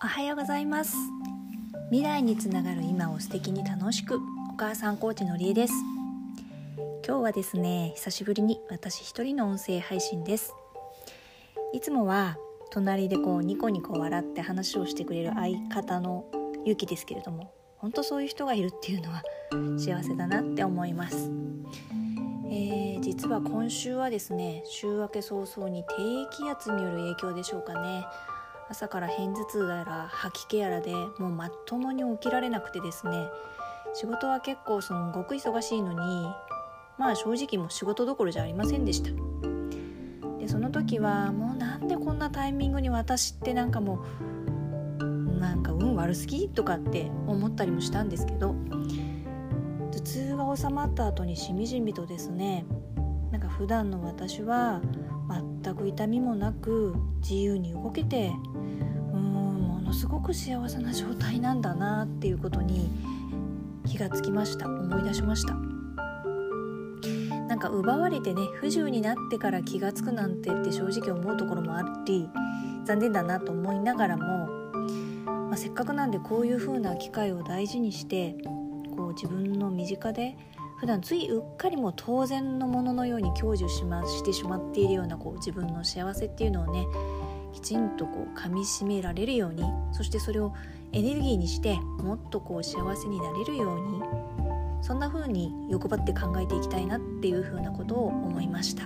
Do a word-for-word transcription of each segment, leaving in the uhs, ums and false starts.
おはようございます。未来につながる今を素敵に楽しく、お母さんコーチのりえです。今日はですね、久しぶりに私一人の音声配信です。いつもは隣でこうニコニコ笑って話をしてくれる相方のゆうきですけれども、本当そういう人がいるっていうのは幸せだなって思います。えー、実は今週はですね、週明け早々に低気圧による影響でしょうかね、朝から片頭痛やら吐き気やらでもうまっともに起きられなくてですね、仕事は結構すごく忙しいのに、まあ正直もう仕事どころじゃありませんでした。でその時はもうなんでこんなタイミングに私ってなんかもうなんか運悪すぎとかって思ったりもしたんですけど、頭痛が収まった後にしみじみとですね、なんか普段の私は全く痛みもなく自由に動けて、うーんものすごく幸せな状態なんだなっていうことに気がつきました。思い出しました。なんか奪われてね、不自由になってから気がつくなんてって正直思うところもあり、残念だなと思いながらも、まあ、せっかくなんでこういう風な機会を大事にしてこう自分の身近で普段ついうっかりも当然のもののように享受しましてしまっているようなこう自分の幸せっていうのをね、きちんとこう噛み締められるように、そしてそれをエネルギーにしてもっとこう幸せになれるように、そんな風に欲張って考えていきたいなっていう風なことを思いました。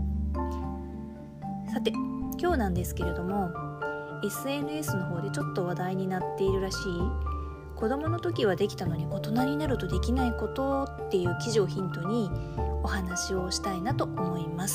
さて今日なんですけれども、 エスエヌエス の方でちょっと話題になっているらしい、子供の時はできたのに大人になるとできないことっていう記事をヒントにお話をしたいなと思います。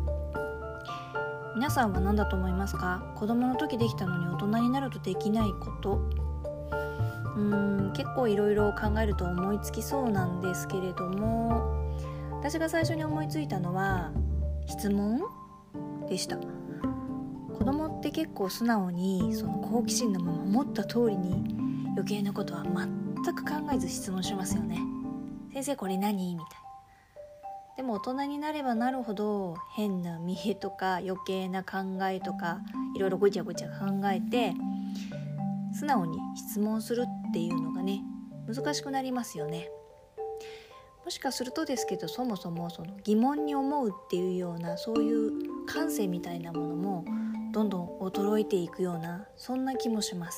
皆さんは何だと思いますか？子供の時できたのに大人になるとできないこと。うーん結構いろいろ考えると思いつきそうなんですけれども、私が最初に思いついたのは質問でした。子供って結構素直にその好奇心のまま思った通りに余計なことは全く考えず質問しますよね。先生これ何？みたいな。でも大人になればなるほど変な見栄とか余計な考えとかいろいろごちゃごちゃ考えて素直に質問するっていうのがね、難しくなりますよね。もしかするとですけど、そもそもその疑問に思うっていうようなそういう感性みたいなものもどんどん衰えていくような、そんな気もします。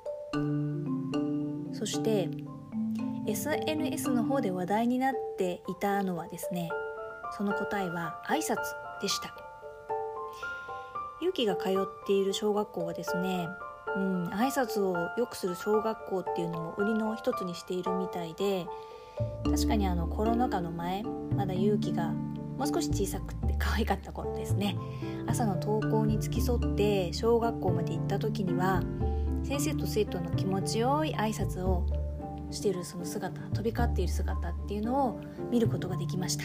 そして エスエヌエス の方で話題になっていたのはですね、その答えは挨拶でした。ゆうきが通っている小学校はですね、うん、挨拶をよくする小学校っていうのも売りの一つにしているみたいで、確かにあのコロナ禍の前、まだゆうきがもう少し小さくて可愛かった頃ですね、朝の登校に付き添って小学校まで行った時には先生と生徒の気持ちよい挨拶をしているその姿、飛び交っている姿っていうのを見ることができました。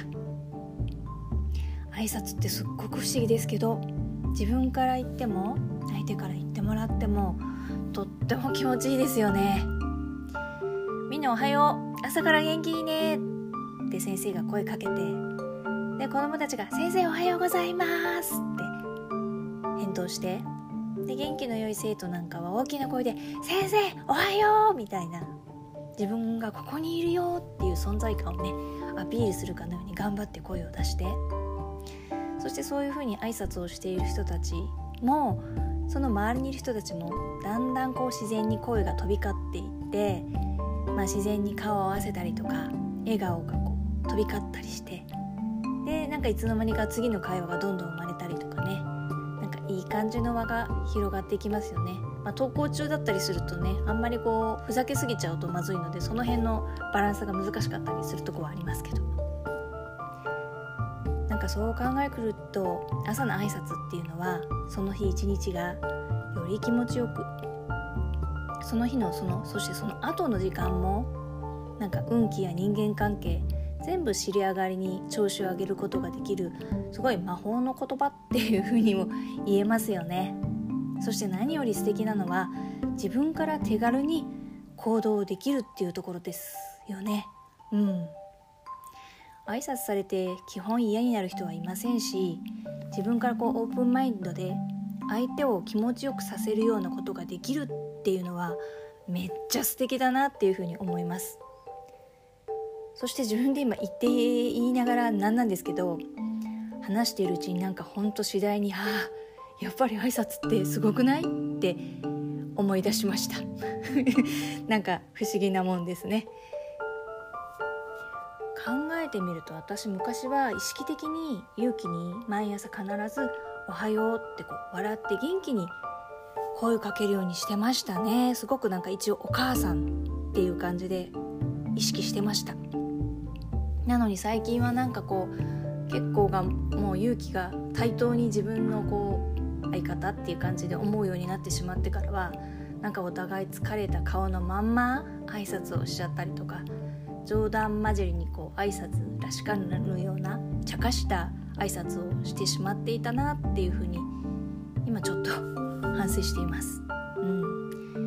挨拶ってすっごく不思議ですけど、自分から言っても相手から言ってもらってもとっても気持ちいいですよね。みんなおはよう、朝から元気いいねって先生が声かけて、で子供たちが先生おはようございますって返答して、で元気の良い生徒なんかは大きな声で先生おはようみたいな、自分がここにいるよっていう存在感をねアピールするかのように頑張って声を出して、そしてそういうふうに挨拶をしている人たちも、その周りにいる人たちもだんだんこう自然に声が飛び交っていって、まあ、自然に顔を合わせたりとか笑顔がこう飛び交ったりして、でなんかいつの間にか次の会話がどんどん生まれたりとかね、なんかいい感じの輪が広がっていきますよね。まあ、登校中だったりするとね、あんまりこうふざけすぎちゃうとまずいので、その辺のバランスが難しかったりするところはありますけど、なんかそう考えてくると朝の挨拶っていうのはその日一日がより気持ちよく、その日のそのそしてその後の時間もなんか運気や人間関係全部尻上がりに調子を上げることができる、すごい魔法の言葉っていう風にも言えますよね。そして何より素敵なのは自分から手軽に行動できるっていうところですよね。うん挨拶されて基本嫌になる人はいませんし、自分からこうオープンマインドで相手を気持ちよくさせるようなことができるっていうのはめっちゃ素敵だなっていうふうに思います。そして自分で今言って言いながらなんなんですけど、話しているうちになんかほんと次第にああやっぱり挨拶ってすごくないって思い出しましたなんか不思議なもんですね。考えてみると私昔は意識的に勇気に毎朝必ずおはようってこう笑って元気に声をかけるようにしてましたね。すごくなんか一応お母さんっていう感じで意識してました。なのに最近はなんかこう結構がもう勇気が対等に自分のこう相方っていう感じで思うようになってしまってからは、なんかお互い疲れた顔のまんま挨拶をしちゃったりとか、冗談交じりにこう挨拶らしからぬような茶化した挨拶をしてしまっていたなっていうふうに今ちょっと反省しています、うん、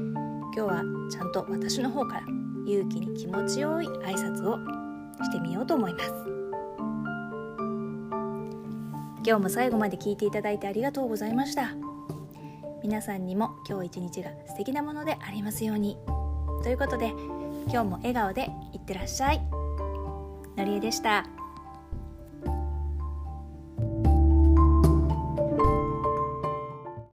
今日はちゃんと私の方から勇気に気持ちよい挨拶をしてみようと思います。今日も最後まで聞いていただいてありがとうございました。皆さんにも今日一日が素敵なものでありますように。ということで今日も笑顔でいってらっしゃい。のりえでした。